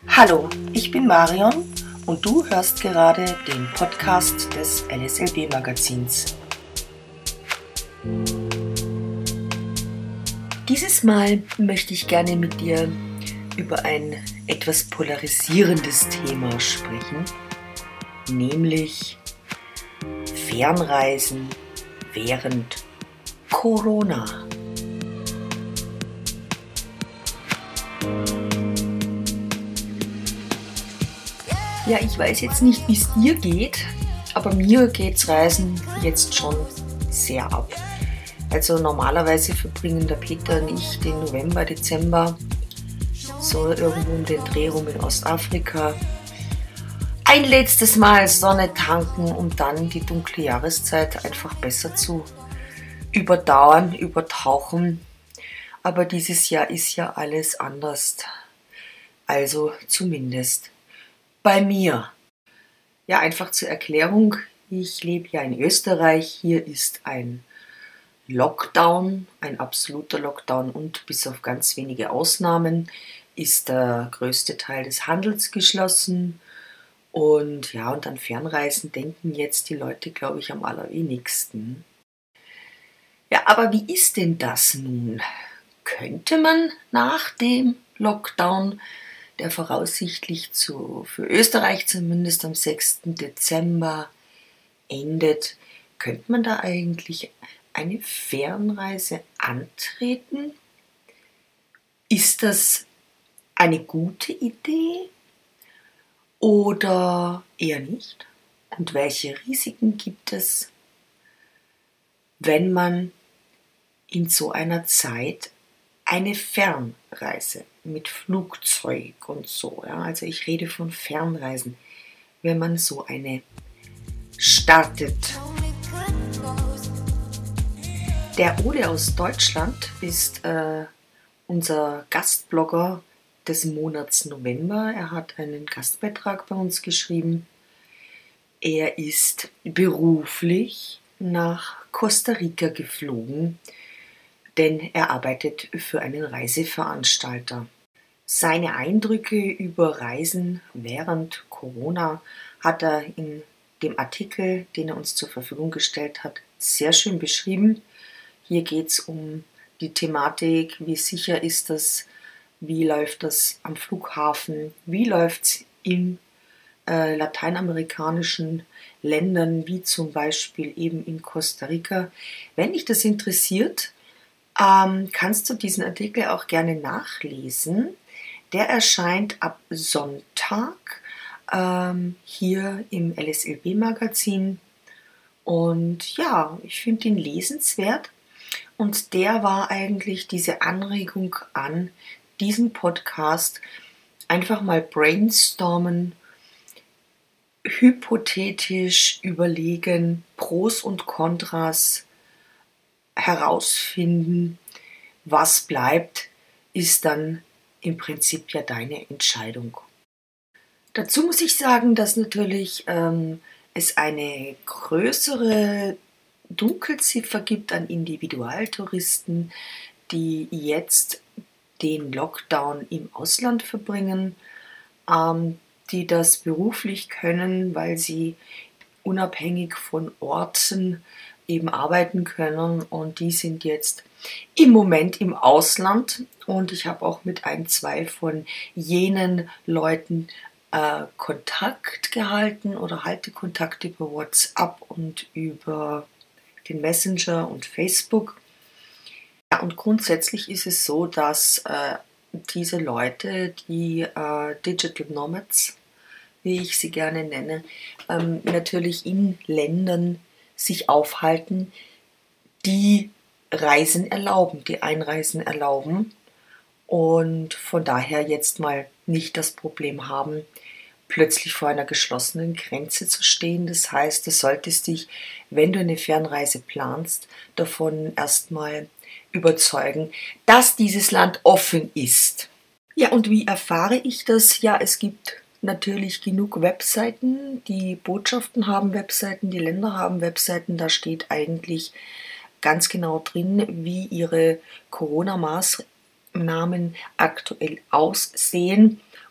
Hallo, ich bin Marion und du hörst gerade den Podcast des LSLB Magazins. Dieses Mal möchte ich gerne mit dir über ein etwas polarisierendes Thema sprechen, nämlich Fernreisen während Corona. Ja, ich weiß jetzt nicht, wie es dir geht, aber mir geht's Reisen jetzt schon sehr ab. Also normalerweise verbringen der Peter und ich den November, Dezember so irgendwo um den Dreh rum in Ostafrika. Ein letztes Mal Sonne tanken, um dann die dunkle Jahreszeit einfach besser zu übertauchen. Aber dieses Jahr ist ja alles anders. Also zumindest bei mir. Ja, einfach zur Erklärung. Ich lebe ja in Österreich. Hier ist ein Lockdown, ein absoluter Lockdown und bis auf ganz wenige Ausnahmen ist der größte Teil des Handels geschlossen. Und ja, und an Fernreisen denken jetzt die Leute, glaube ich, am allerwenigsten. Ja, aber wie ist denn das nun? Könnte man nach dem Lockdown, der voraussichtlich für Österreich zumindest am 6. Dezember endet, könnte man da eigentlich eine Fernreise antreten? Ist das eine gute Idee oder eher nicht? Und welche Risiken gibt es, wenn man in so einer Zeit eine Fernreise mit Flugzeug und so, ja, also ich rede von Fernreisen, wenn man so eine startet? Der Ole aus Deutschland ist unser Gastblogger des Monats November. Er hat einen Gastbeitrag bei uns geschrieben. Er ist beruflich nach Costa Rica geflogen, denn er arbeitet für einen Reiseveranstalter. Seine Eindrücke über Reisen während Corona hat er in dem Artikel, den er uns zur Verfügung gestellt hat, sehr schön beschrieben. Hier geht es um die Thematik, wie sicher ist das, wie läuft das am Flughafen, wie läuft es in lateinamerikanischen Ländern, wie zum Beispiel eben in Costa Rica. Wenn dich das interessiert, kannst du diesen Artikel auch gerne nachlesen. Der erscheint ab Sonntag hier im LSLB-Magazin. Und ja, ich finde ihn lesenswert. Und der war eigentlich diese Anregung an diesen Podcast, einfach mal brainstormen, hypothetisch überlegen, Pros und Kontras herausfinden. Was bleibt, ist dann im Prinzip ja deine Entscheidung. Dazu muss ich sagen, dass natürlich es eine größere Dunkelziffer gibt an Individualtouristen, die jetzt den Lockdown im Ausland verbringen, die das beruflich können, weil sie unabhängig von Orten eben arbeiten können, und die sind jetzt im Moment im Ausland. Und ich habe auch mit ein, zwei von jenen Leuten Kontakt gehalten oder halte Kontakt über WhatsApp und über den Messenger und Facebook. Ja, und grundsätzlich ist es so, dass diese Leute, die Digital Nomads, wie ich sie gerne nenne, natürlich in Ländern sich aufhalten, die Reisen erlauben, die Einreisen erlauben und von daher jetzt mal nicht das Problem haben, plötzlich vor einer geschlossenen Grenze zu stehen. Das heißt, du solltest dich, wenn du eine Fernreise planst, davon erstmal überzeugen, dass dieses Land offen ist. Ja, und wie erfahre ich das? Ja, es gibt natürlich genug Webseiten, die Botschaften haben Webseiten, die Länder haben Webseiten, da steht eigentlich ganz genau drin, wie ihre Corona-Maßnahmen aktuell aussehen.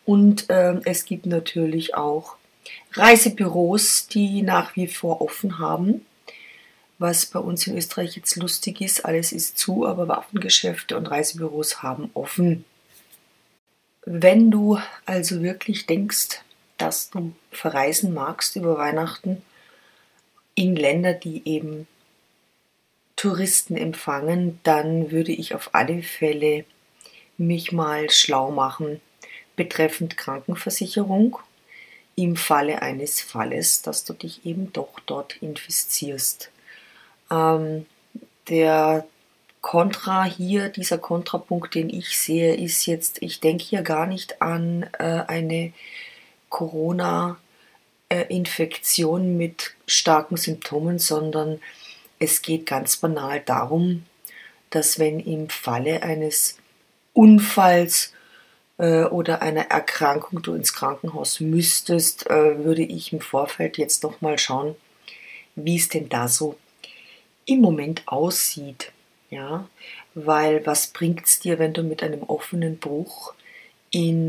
Und es gibt natürlich auch Reisebüros, die nach wie vor offen haben. Was bei uns in Österreich jetzt lustig ist, alles ist zu, aber Waffengeschäfte und Reisebüros haben offen. Wenn du also wirklich denkst, dass du verreisen magst über Weihnachten in Länder, die eben Touristen empfangen, dann würde ich auf alle Fälle mich mal schlau machen betreffend Krankenversicherung im Falle eines Falles, dass du dich eben doch dort infizierst. Ähm, der dieser Kontrapunkt, den ich sehe, ist jetzt, ich denke hier gar nicht an eine Corona-Infektion mit starken Symptomen, sondern es geht ganz banal darum, dass wenn im Falle eines Unfalls oder einer Erkrankung du ins Krankenhaus müsstest, würde ich im Vorfeld jetzt noch mal schauen, wie es denn da so im Moment aussieht. Ja, weil was bringt es dir, wenn du mit einem offenen Bruch in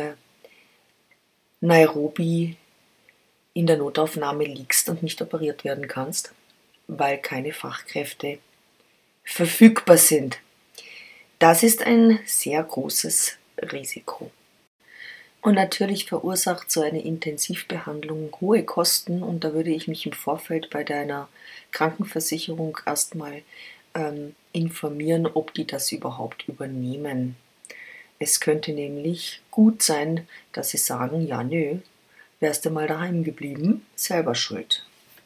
Nairobi in der Notaufnahme liegst und nicht operiert werden kannst, weil keine Fachkräfte verfügbar sind. Das ist ein sehr großes Risiko. Und natürlich verursacht so eine Intensivbehandlung hohe Kosten und da würde ich mich im Vorfeld bei deiner Krankenversicherung erstmal informieren, ob die das überhaupt übernehmen. Es könnte nämlich gut sein, dass sie sagen, ja nö, wärst du mal daheim geblieben, selber schuld.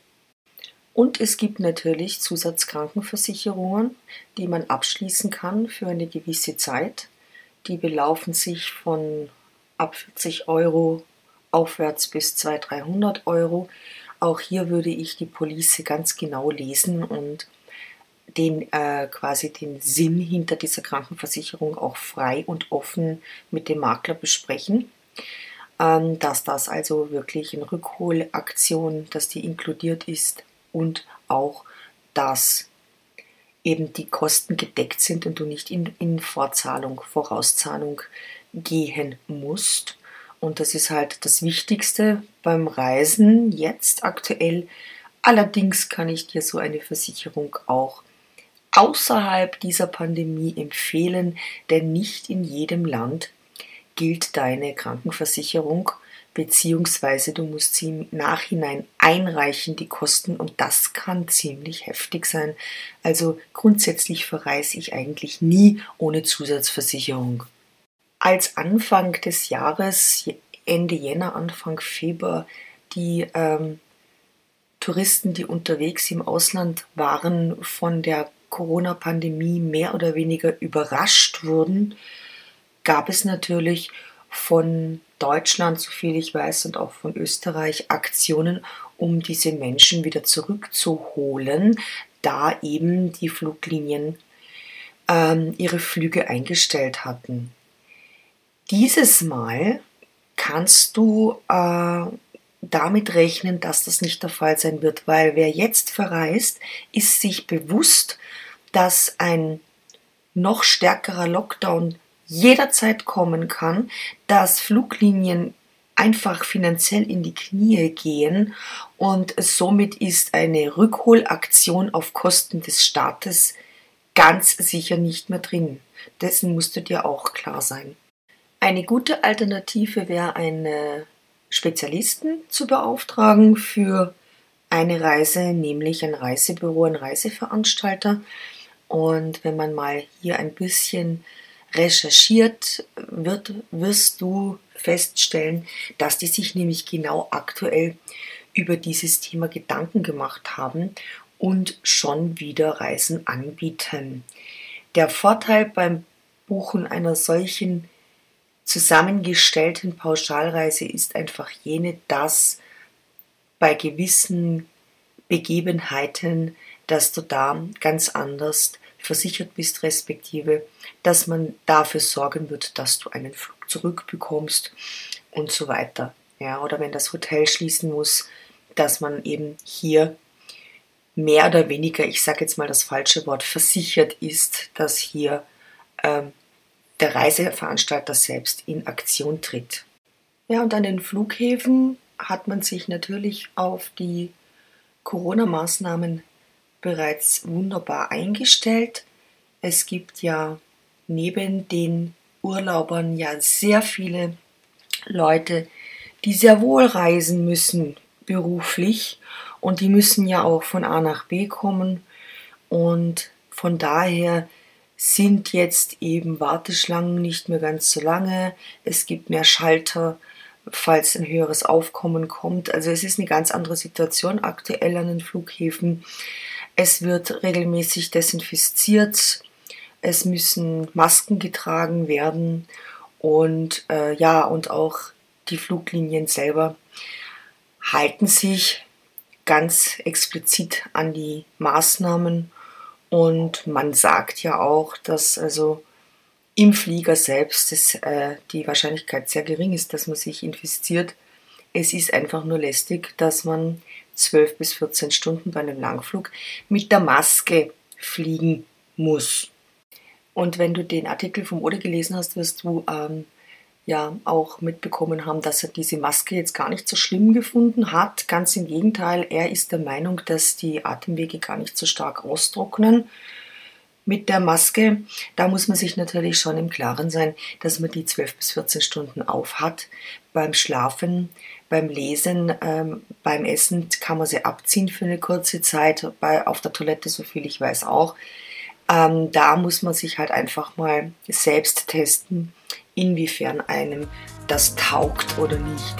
Und es gibt natürlich Zusatzkrankenversicherungen, die man abschließen kann für eine gewisse Zeit. Die belaufen sich von ab 40 Euro aufwärts bis 200, 300 Euro. Auch hier würde ich die Police ganz genau lesen und quasi den Sinn hinter dieser Krankenversicherung auch frei und offen mit dem Makler besprechen. Dass das also wirklich eine Rückholaktion, dass die inkludiert ist und auch, dass eben die Kosten gedeckt sind und du nicht in Vorauszahlung gehen musst. Und das ist halt das Wichtigste beim Reisen jetzt aktuell. Allerdings kann ich dir so eine Versicherung auch außerhalb dieser Pandemie empfehlen, denn nicht in jedem Land gilt deine Krankenversicherung, beziehungsweise du musst sie im Nachhinein einreichen, die Kosten, und das kann ziemlich heftig sein. Also grundsätzlich verreise ich eigentlich nie ohne Zusatzversicherung. Als Anfang des Jahres, Ende Jänner, Anfang Februar, die Touristen, die unterwegs im Ausland waren, von der Corona-Pandemie mehr oder weniger überrascht wurden, gab es natürlich von Deutschland, soviel ich weiß, und auch von Österreich Aktionen, um diese Menschen wieder zurückzuholen, da eben die Fluglinien ihre Flüge eingestellt hatten. Dieses Mal kannst du damit rechnen, dass das nicht der Fall sein wird, weil wer jetzt verreist, ist sich bewusst, dass ein noch stärkerer Lockdown jederzeit kommen kann, dass Fluglinien einfach finanziell in die Knie gehen und somit ist eine Rückholaktion auf Kosten des Staates ganz sicher nicht mehr drin. Dessen musst du dir auch klar sein. Eine gute Alternative wäre, einen Spezialisten zu beauftragen für eine Reise, nämlich ein Reisebüro, ein Reiseveranstalter. Und wenn man mal hier ein bisschen recherchiert, wirst du feststellen, dass die sich nämlich genau aktuell über dieses Thema Gedanken gemacht haben und schon wieder Reisen anbieten. Der Vorteil beim Buchen einer solchen zusammengestellten Pauschalreise ist einfach jene, dass bei gewissen Begebenheiten, dass du da ganz anders versichert bist, respektive, dass man dafür sorgen wird, dass du einen Flug zurückbekommst und so weiter. Ja, oder wenn das Hotel schließen muss, dass man eben hier mehr oder weniger, ich sage jetzt mal das falsche Wort, versichert ist, dass hier der Reiseveranstalter selbst in Aktion tritt. Ja, und an den Flughäfen hat man sich natürlich auf die Corona-Maßnahmen bereits wunderbar eingestellt. Es gibt ja neben den Urlaubern ja sehr viele Leute, die sehr wohl reisen müssen beruflich und die müssen ja auch von A nach B kommen und von daher sind jetzt eben Warteschlangen nicht mehr ganz so lange. Es gibt mehr Schalter, falls ein höheres Aufkommen kommt. Also es ist eine ganz andere Situation aktuell an den Flughäfen. Es wird regelmäßig desinfiziert. Es müssen Masken getragen werden und ja, und auch die Fluglinien selber halten sich ganz explizit an die Maßnahmen und man sagt ja auch, dass also im Flieger selbst die Wahrscheinlichkeit sehr gering ist, dass man sich infiziert. Es ist einfach nur lästig, dass man 12 bis 14 Stunden bei einem Langflug mit der Maske fliegen muss. Und wenn du den Artikel vom Ode gelesen hast, wirst du ja auch mitbekommen haben, dass er diese Maske jetzt gar nicht so schlimm gefunden hat. Ganz im Gegenteil, er ist der Meinung, dass die Atemwege gar nicht so stark austrocknen mit der Maske. Da muss man sich natürlich schon im Klaren sein, dass man die 12 bis 14 Stunden auf hat. Beim Schlafen, beim Lesen, beim Essen kann man sie abziehen für eine kurze Zeit, auf der Toilette, so viel ich weiß auch. Da muss man sich halt einfach mal selbst testen, inwiefern einem das taugt oder nicht.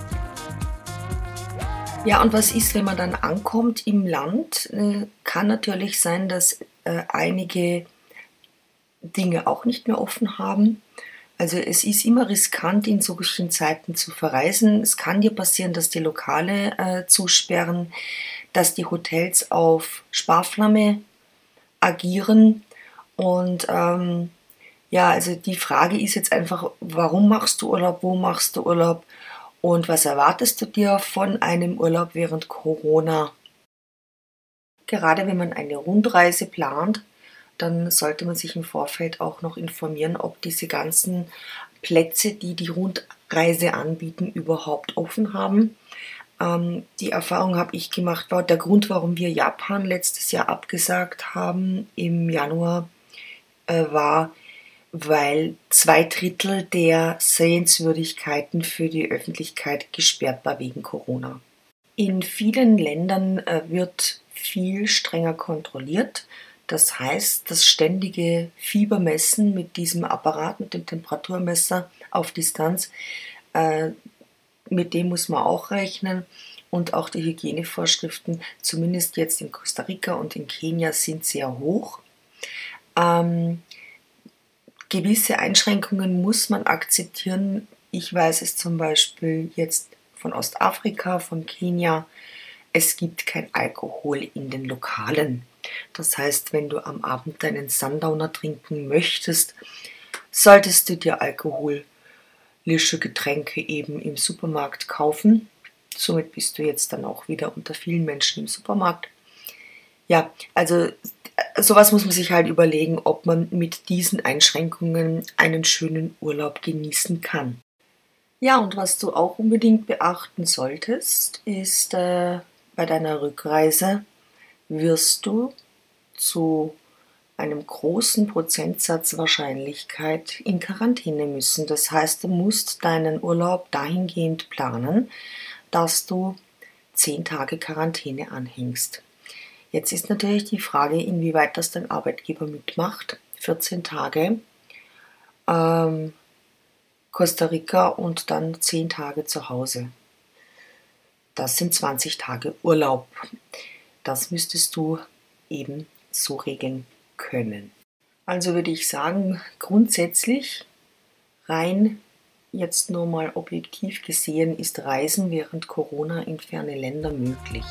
Ja, und was ist, wenn man dann ankommt im Land? Kann natürlich sein, dass einige Dinge auch nicht mehr offen haben. Also es ist immer riskant, in solchen Zeiten zu verreisen. Es kann dir passieren, dass die Lokale zusperren, dass die Hotels auf Sparflamme agieren. Und ja, also die Frage ist jetzt einfach, warum machst du Urlaub, wo machst du Urlaub und was erwartest du dir von einem Urlaub während Corona? Gerade wenn man eine Rundreise plant, dann sollte man sich im Vorfeld auch noch informieren, ob diese ganzen Plätze, die die Rundreise anbieten, überhaupt offen haben. Die Erfahrung habe ich gemacht, war der Grund, warum wir Japan letztes Jahr abgesagt haben im Januar, war, weil 2/3 der Sehenswürdigkeiten für die Öffentlichkeit gesperrt war wegen Corona. In vielen Ländern wird viel strenger kontrolliert. Das heißt, das ständige Fiebermessen mit diesem Apparat, mit dem Temperaturmesser auf Distanz, mit dem muss man auch rechnen. Und auch die Hygienevorschriften, zumindest jetzt in Costa Rica und in Kenia, sind sehr hoch. Gewisse Einschränkungen muss man akzeptieren. Ich weiß es zum Beispiel jetzt von Ostafrika, von Kenia. Es gibt kein Alkohol in den Lokalen. Das heißt, wenn du am Abend deinen Sundowner trinken möchtest, solltest du dir alkoholische Getränke eben im Supermarkt kaufen. Somit bist du jetzt dann auch wieder unter vielen Menschen im Supermarkt. Ja, also sowas muss man sich halt überlegen, ob man mit diesen Einschränkungen einen schönen Urlaub genießen kann. Ja, und was du auch unbedingt beachten solltest, ist, bei deiner Rückreise wirst du zu einem großen Prozentsatz Wahrscheinlichkeit in Quarantäne müssen. Das heißt, du musst deinen Urlaub dahingehend planen, dass du 10 Tage Quarantäne anhängst. Jetzt ist natürlich die Frage, inwieweit das dein Arbeitgeber mitmacht. 14 Tage Costa Rica und dann 10 Tage zu Hause. Das sind 20 Tage Urlaub. Das müsstest du eben so regeln können. Also würde ich sagen, grundsätzlich rein jetzt nur mal objektiv gesehen ist Reisen während Corona in ferne Länder möglich.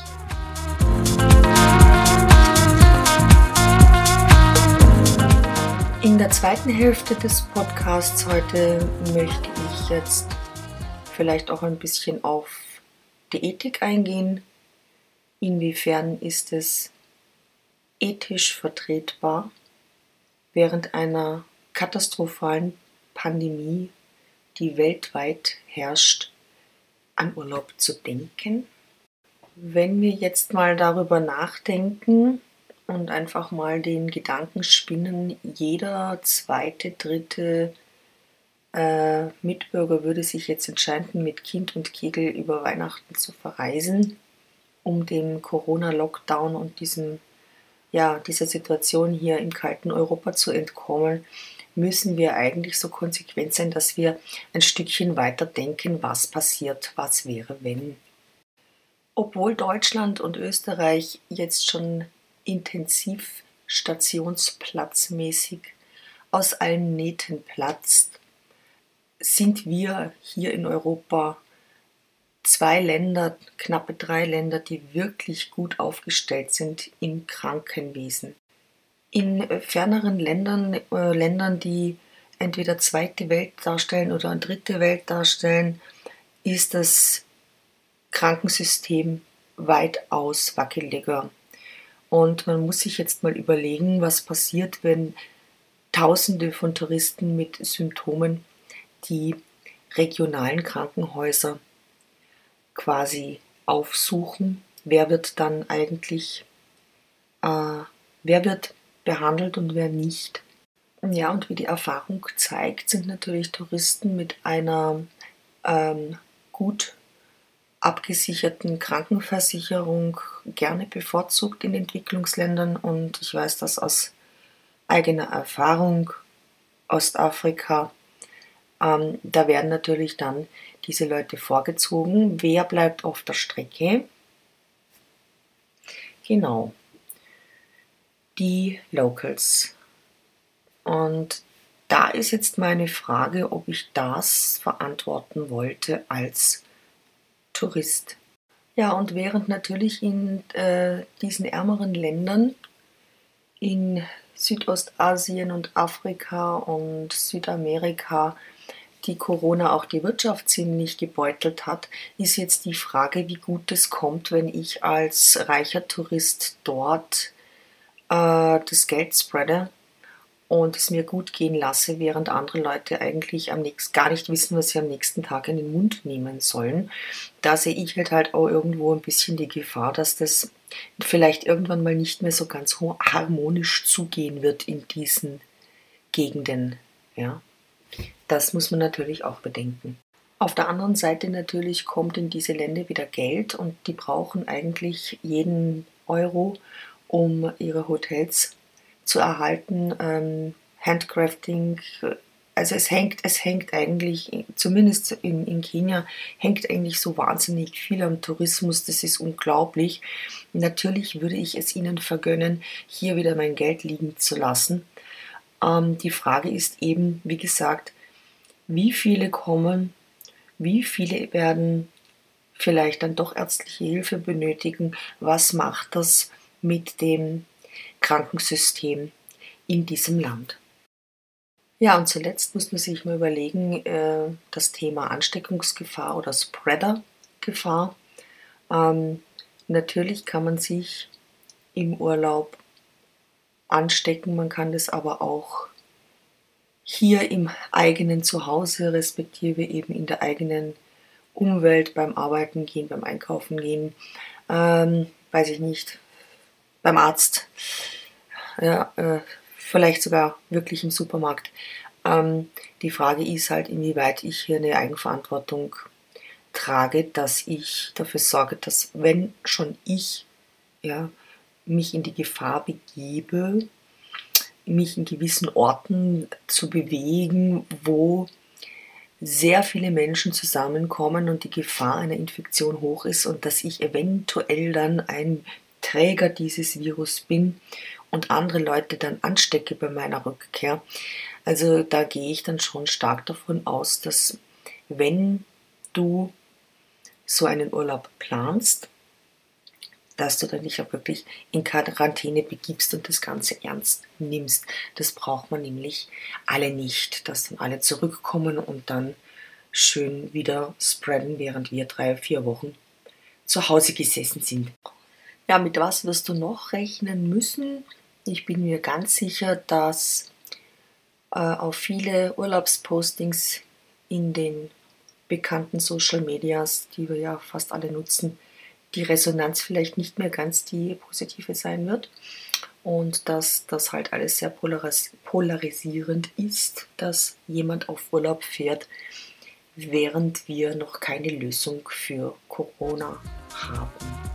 In der zweiten Hälfte des Podcasts heute möchte ich jetzt vielleicht auch ein bisschen auf die Ethik eingehen. Inwiefern ist es ethisch vertretbar, während einer katastrophalen Pandemie die weltweit herrscht, an Urlaub zu denken? Wenn wir jetzt mal darüber nachdenken und einfach mal den Gedanken spinnen, jeder zweite, dritte Mitbürger würde sich jetzt entscheiden, mit Kind und Kegel über Weihnachten zu verreisen, um dem Corona-Lockdown und dieser Situation hier im kalten Europa zu entkommen, müssen wir eigentlich so konsequent sein, dass wir ein Stückchen weiter denken, was passiert, was wäre, wenn. Obwohl Deutschland und Österreich jetzt schon intensiv stationsplatzmäßig aus allen Nähten platzt, sind wir hier in Europa 2 Länder, knappe 3 Länder, die wirklich gut aufgestellt sind im Krankenwesen. In ferneren Ländern, die entweder zweite Welt darstellen oder eine dritte Welt darstellen, ist das Krankensystem weitaus wackeliger. Und man muss sich jetzt mal überlegen, was passiert, wenn Tausende von Touristen mit Symptomen die regionalen Krankenhäuser quasi aufsuchen. Wer wird dann eigentlich, wer wird behandelt und wer nicht? Ja, und wie die Erfahrung zeigt, sind natürlich Touristen mit einer gut abgesicherten Krankenversicherung gerne bevorzugt in Entwicklungsländern, und ich weiß das aus eigener Erfahrung. Ostafrika, da werden natürlich dann diese Leute vorgezogen. Wer bleibt auf der Strecke? Genau, die Locals. Und da ist jetzt meine Frage, ob ich das verantworten wollte als Tourist. Ja, und während natürlich in diesen ärmeren Ländern in Südostasien und Afrika und Südamerika die Corona auch die Wirtschaft ziemlich gebeutelt hat, ist jetzt die Frage, wie gut es kommt, wenn ich als reicher Tourist dort das Geld spreade und es mir gut gehen lasse, während andere Leute eigentlich gar nicht wissen, was sie am nächsten Tag in den Mund nehmen sollen. Da sehe ich halt auch irgendwo ein bisschen die Gefahr, dass das vielleicht irgendwann mal nicht mehr so ganz harmonisch zugehen wird in diesen Gegenden. Ja, das muss man natürlich auch bedenken. Auf der anderen Seite natürlich kommt in diese Länder wieder Geld, und die brauchen eigentlich jeden Euro, um ihre Hotels zu erhalten. Handcrafting, also es hängt eigentlich, zumindest in Kenia, hängt eigentlich so wahnsinnig viel am Tourismus, das ist unglaublich. Natürlich würde ich es ihnen vergönnen, hier wieder mein Geld liegen zu lassen. Die Frage ist eben, wie gesagt, wie viele kommen, wie viele werden vielleicht dann doch ärztliche Hilfe benötigen, was macht das mit dem Krankensystem in diesem Land. Ja, und zuletzt muss man sich mal überlegen, das Thema Ansteckungsgefahr oder Spreader-Gefahr. Natürlich kann man sich im Urlaub anstecken, man kann das aber auch hier im eigenen Zuhause, respektive eben in der eigenen Umwelt, beim Arbeiten gehen, beim Einkaufen gehen, weiß ich nicht, beim Arzt, ja, vielleicht sogar wirklich im Supermarkt. Die Frage ist halt, inwieweit ich hier eine Eigenverantwortung trage, dass ich dafür sorge, dass, wenn schon ich ja, mich in die Gefahr begebe, mich in gewissen Orten zu bewegen, wo sehr viele Menschen zusammenkommen und die Gefahr einer Infektion hoch ist, und dass ich eventuell dann ein Träger dieses Virus bin und andere Leute dann anstecke bei meiner Rückkehr. Also da gehe ich dann schon stark davon aus, dass, wenn du so einen Urlaub planst, dass du dann dich auch wirklich in Quarantäne begibst und das Ganze ernst nimmst. Das braucht man nämlich alle nicht, dass dann alle zurückkommen und dann schön wieder spreaden, während wir 3-4 Wochen zu Hause gesessen sind. Ja, mit was wirst du noch rechnen müssen? Ich bin mir ganz sicher, dass auf viele Urlaubspostings in den bekannten Social Medias, die wir ja fast alle nutzen, die Resonanz vielleicht nicht mehr ganz die positive sein wird und dass das halt alles sehr polarisierend ist, dass jemand auf Urlaub fährt, während wir noch keine Lösung für Corona haben.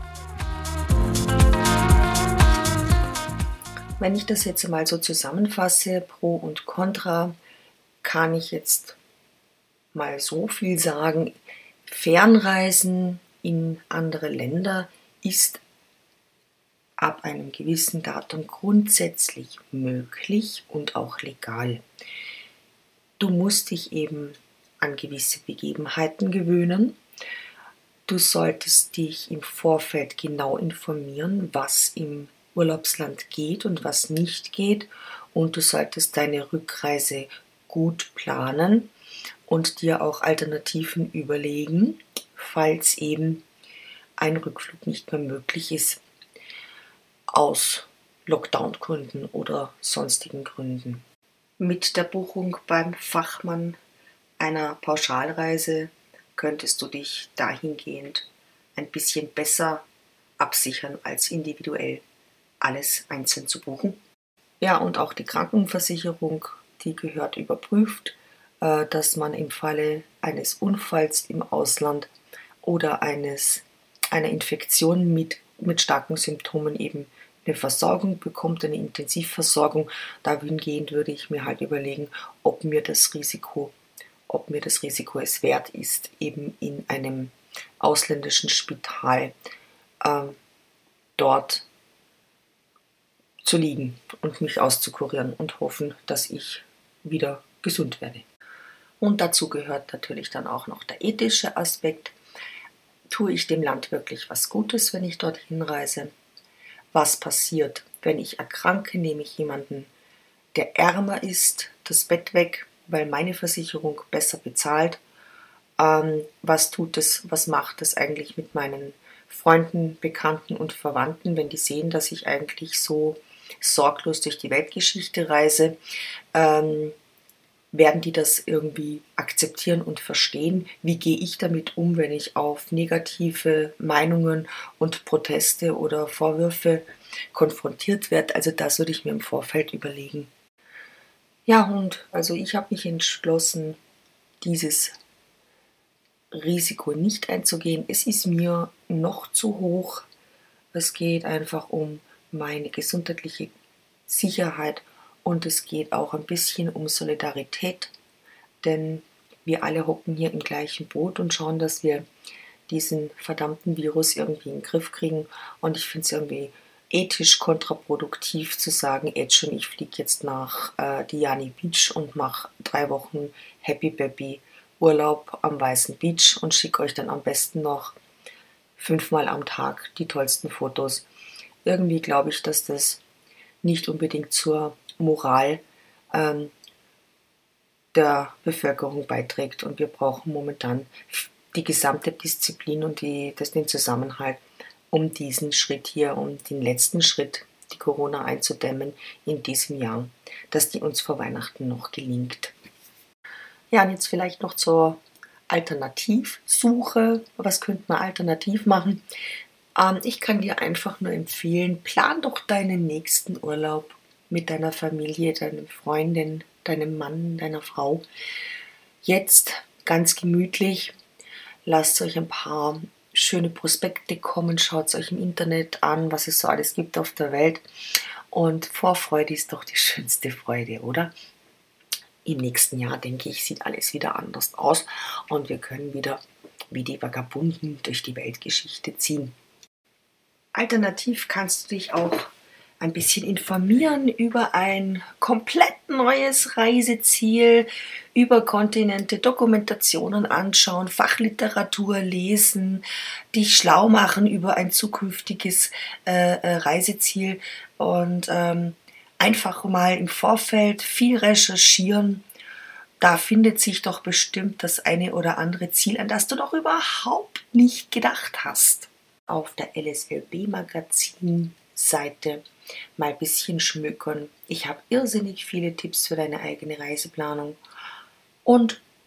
Wenn ich das jetzt mal so zusammenfasse, Pro und Contra, kann ich jetzt mal so viel sagen. Fernreisen in andere Länder ist ab einem gewissen Datum grundsätzlich möglich und auch legal. Du musst dich eben an gewisse Begebenheiten gewöhnen. Du solltest dich im Vorfeld genau informieren, was im Urlaubsland geht und was nicht geht. Und du solltest deine Rückreise gut planen und dir auch Alternativen überlegen, falls eben ein Rückflug nicht mehr möglich ist, aus Lockdown-Gründen oder sonstigen Gründen. Mit der Buchung beim Fachmann einer Pauschalreise könntest du dich dahingehend ein bisschen besser absichern, als individuell alles einzeln zu buchen. Ja, und auch die Krankenversicherung, die gehört überprüft, dass man im Falle eines Unfalls im Ausland oder einer Infektion mit starken Symptomen eben eine Versorgung bekommt, eine Intensivversorgung. Dahingehend würde ich mir halt überlegen, ob mir das Risiko es wert ist, eben in einem ausländischen Spital dort zu liegen und mich auszukurieren und hoffen, dass ich wieder gesund werde. Und dazu gehört natürlich dann auch noch der ethische Aspekt. Tue ich dem Land wirklich was Gutes, wenn ich dorthin reise? Was passiert, wenn ich erkranke? Nehme ich jemanden, der ärmer ist, das Bett weg, weil meine Versicherung besser bezahlt? Was macht es eigentlich mit meinen Freunden, Bekannten und Verwandten, wenn die sehen, dass ich eigentlich so sorglos durch die Weltgeschichte reise? Werden die das irgendwie akzeptieren und verstehen? Wie gehe ich damit um, wenn ich auf negative Meinungen und Proteste oder Vorwürfe konfrontiert werde? Also das würde ich mir im Vorfeld überlegen. Ja, und also ich habe mich entschlossen, dieses Risiko nicht einzugehen. Es ist mir noch zu hoch. Es geht einfach um meine gesundheitliche Sicherheit und es geht auch ein bisschen um Solidarität, denn wir alle hocken hier im gleichen Boot und schauen, dass wir diesen verdammten Virus irgendwie in den Griff kriegen. Und ich finde es irgendwie ethisch kontraproduktiv zu sagen, jetzt schon, ich fliege jetzt nach Diani Beach und mache 3 Wochen Happy Baby Urlaub am Weißen Beach und schicke euch dann am besten noch 5-mal am Tag die tollsten Fotos. Irgendwie glaube ich, dass das nicht unbedingt zur Moral der Bevölkerung beiträgt. Und wir brauchen momentan die gesamte Disziplin und den Zusammenhalt, um diesen Schritt hier, um den letzten Schritt, die Corona einzudämmen in diesem Jahr, dass die uns vor Weihnachten noch gelingt. Ja, und jetzt vielleicht noch zur Alternativsuche. Was könnte man alternativ machen? Ich kann dir einfach nur empfehlen, plan doch deinen nächsten Urlaub mit deiner Familie, deinen Freundin, deinem Mann, deiner Frau. Jetzt ganz gemütlich. Lasst euch ein paar schöne Prospekte kommen, schaut euch im Internet an, was es so alles gibt auf der Welt. Und Vorfreude ist doch die schönste Freude, oder? Im nächsten Jahr, denke ich, sieht alles wieder anders aus und wir können wieder wie die Vagabunden durch die Weltgeschichte ziehen. Alternativ kannst du dich auch ein bisschen informieren über ein komplett neues Reiseziel, über Kontinente, Dokumentationen anschauen, Fachliteratur lesen, dich schlau machen über ein zukünftiges Reiseziel und einfach mal im Vorfeld viel recherchieren. Da findet sich doch bestimmt das eine oder andere Ziel, an das du doch überhaupt nicht gedacht hast. Auf der LSLB-Magazin-Seite mal ein bisschen schmökern. Ich habe irrsinnig viele Tipps für deine eigene Reiseplanung. Und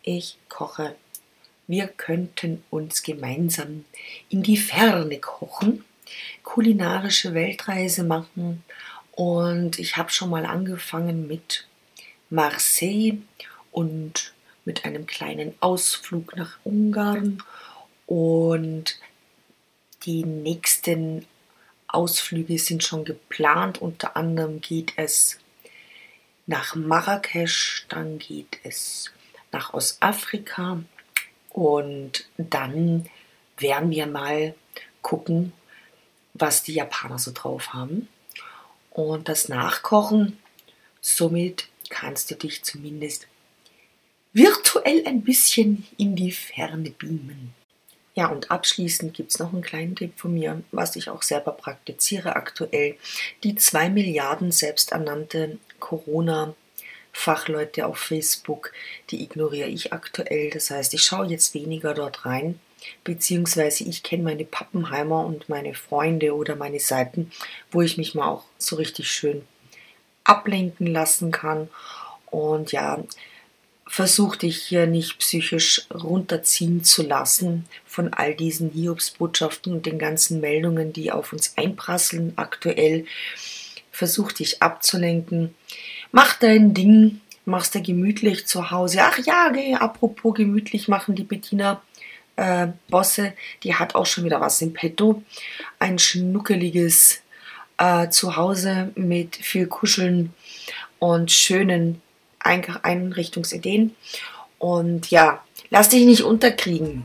ich koche. Wir könnten uns gemeinsam in die Ferne kochen, kulinarische Weltreise machen und ich habe schon mal angefangen mit Marseille und mit einem kleinen Ausflug nach Ungarn und die nächsten Ausflüge sind schon geplant. Unter anderem geht es nach Marrakesch, dann geht es nach Ostafrika und dann werden wir mal gucken, was die Japaner so drauf haben und das nachkochen. Somit kannst du dich zumindest virtuell ein bisschen in die Ferne beamen. Ja, und abschließend gibt es noch einen kleinen Tipp von mir, was ich auch selber praktiziere aktuell. Die 2 Milliarden selbsternannte Corona-Fachleute auf Facebook, die ignoriere ich aktuell. Das heißt, ich schaue jetzt weniger dort rein, beziehungsweise ich kenne meine Pappenheimer und meine Freunde oder meine Seiten, wo ich mich mal auch so richtig schön ablenken lassen kann. Und ja, versuch dich hier nicht psychisch runterziehen zu lassen von all diesen Hiobsbotschaften und den ganzen Meldungen, die auf uns einprasseln aktuell. Versuch dich abzulenken. Mach dein Ding, mach's dir gemütlich zu Hause. Ach ja, apropos gemütlich machen, die Bettina Bosse, die hat auch schon wieder was im Petto. Ein schnuckeliges Zuhause mit viel Kuscheln und schönen Einrichtungsideen. Und ja, lass dich nicht unterkriegen.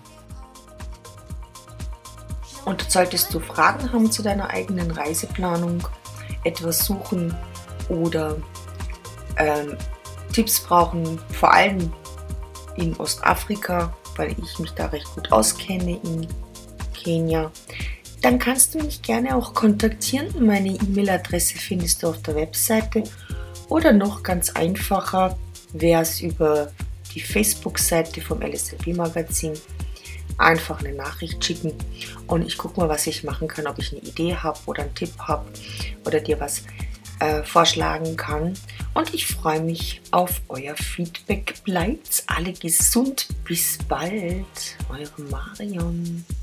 Und solltest du Fragen haben zu deiner eigenen Reiseplanung, etwas suchen oder Tipps brauchen, vor allem in Ostafrika, weil ich mich da recht gut auskenne in Kenia, dann kannst du mich gerne auch kontaktieren. Meine E-Mail-Adresse findest du auf der Webseite. Oder noch ganz einfacher wäre es über die Facebook-Seite vom LSLB-Magazin. Einfach eine Nachricht schicken und ich gucke mal, was ich machen kann, ob ich eine Idee habe oder einen Tipp habe oder dir was vorschlagen kann. Und ich freue mich auf euer Feedback. Bleibt alle gesund. Bis bald. Eure Marion.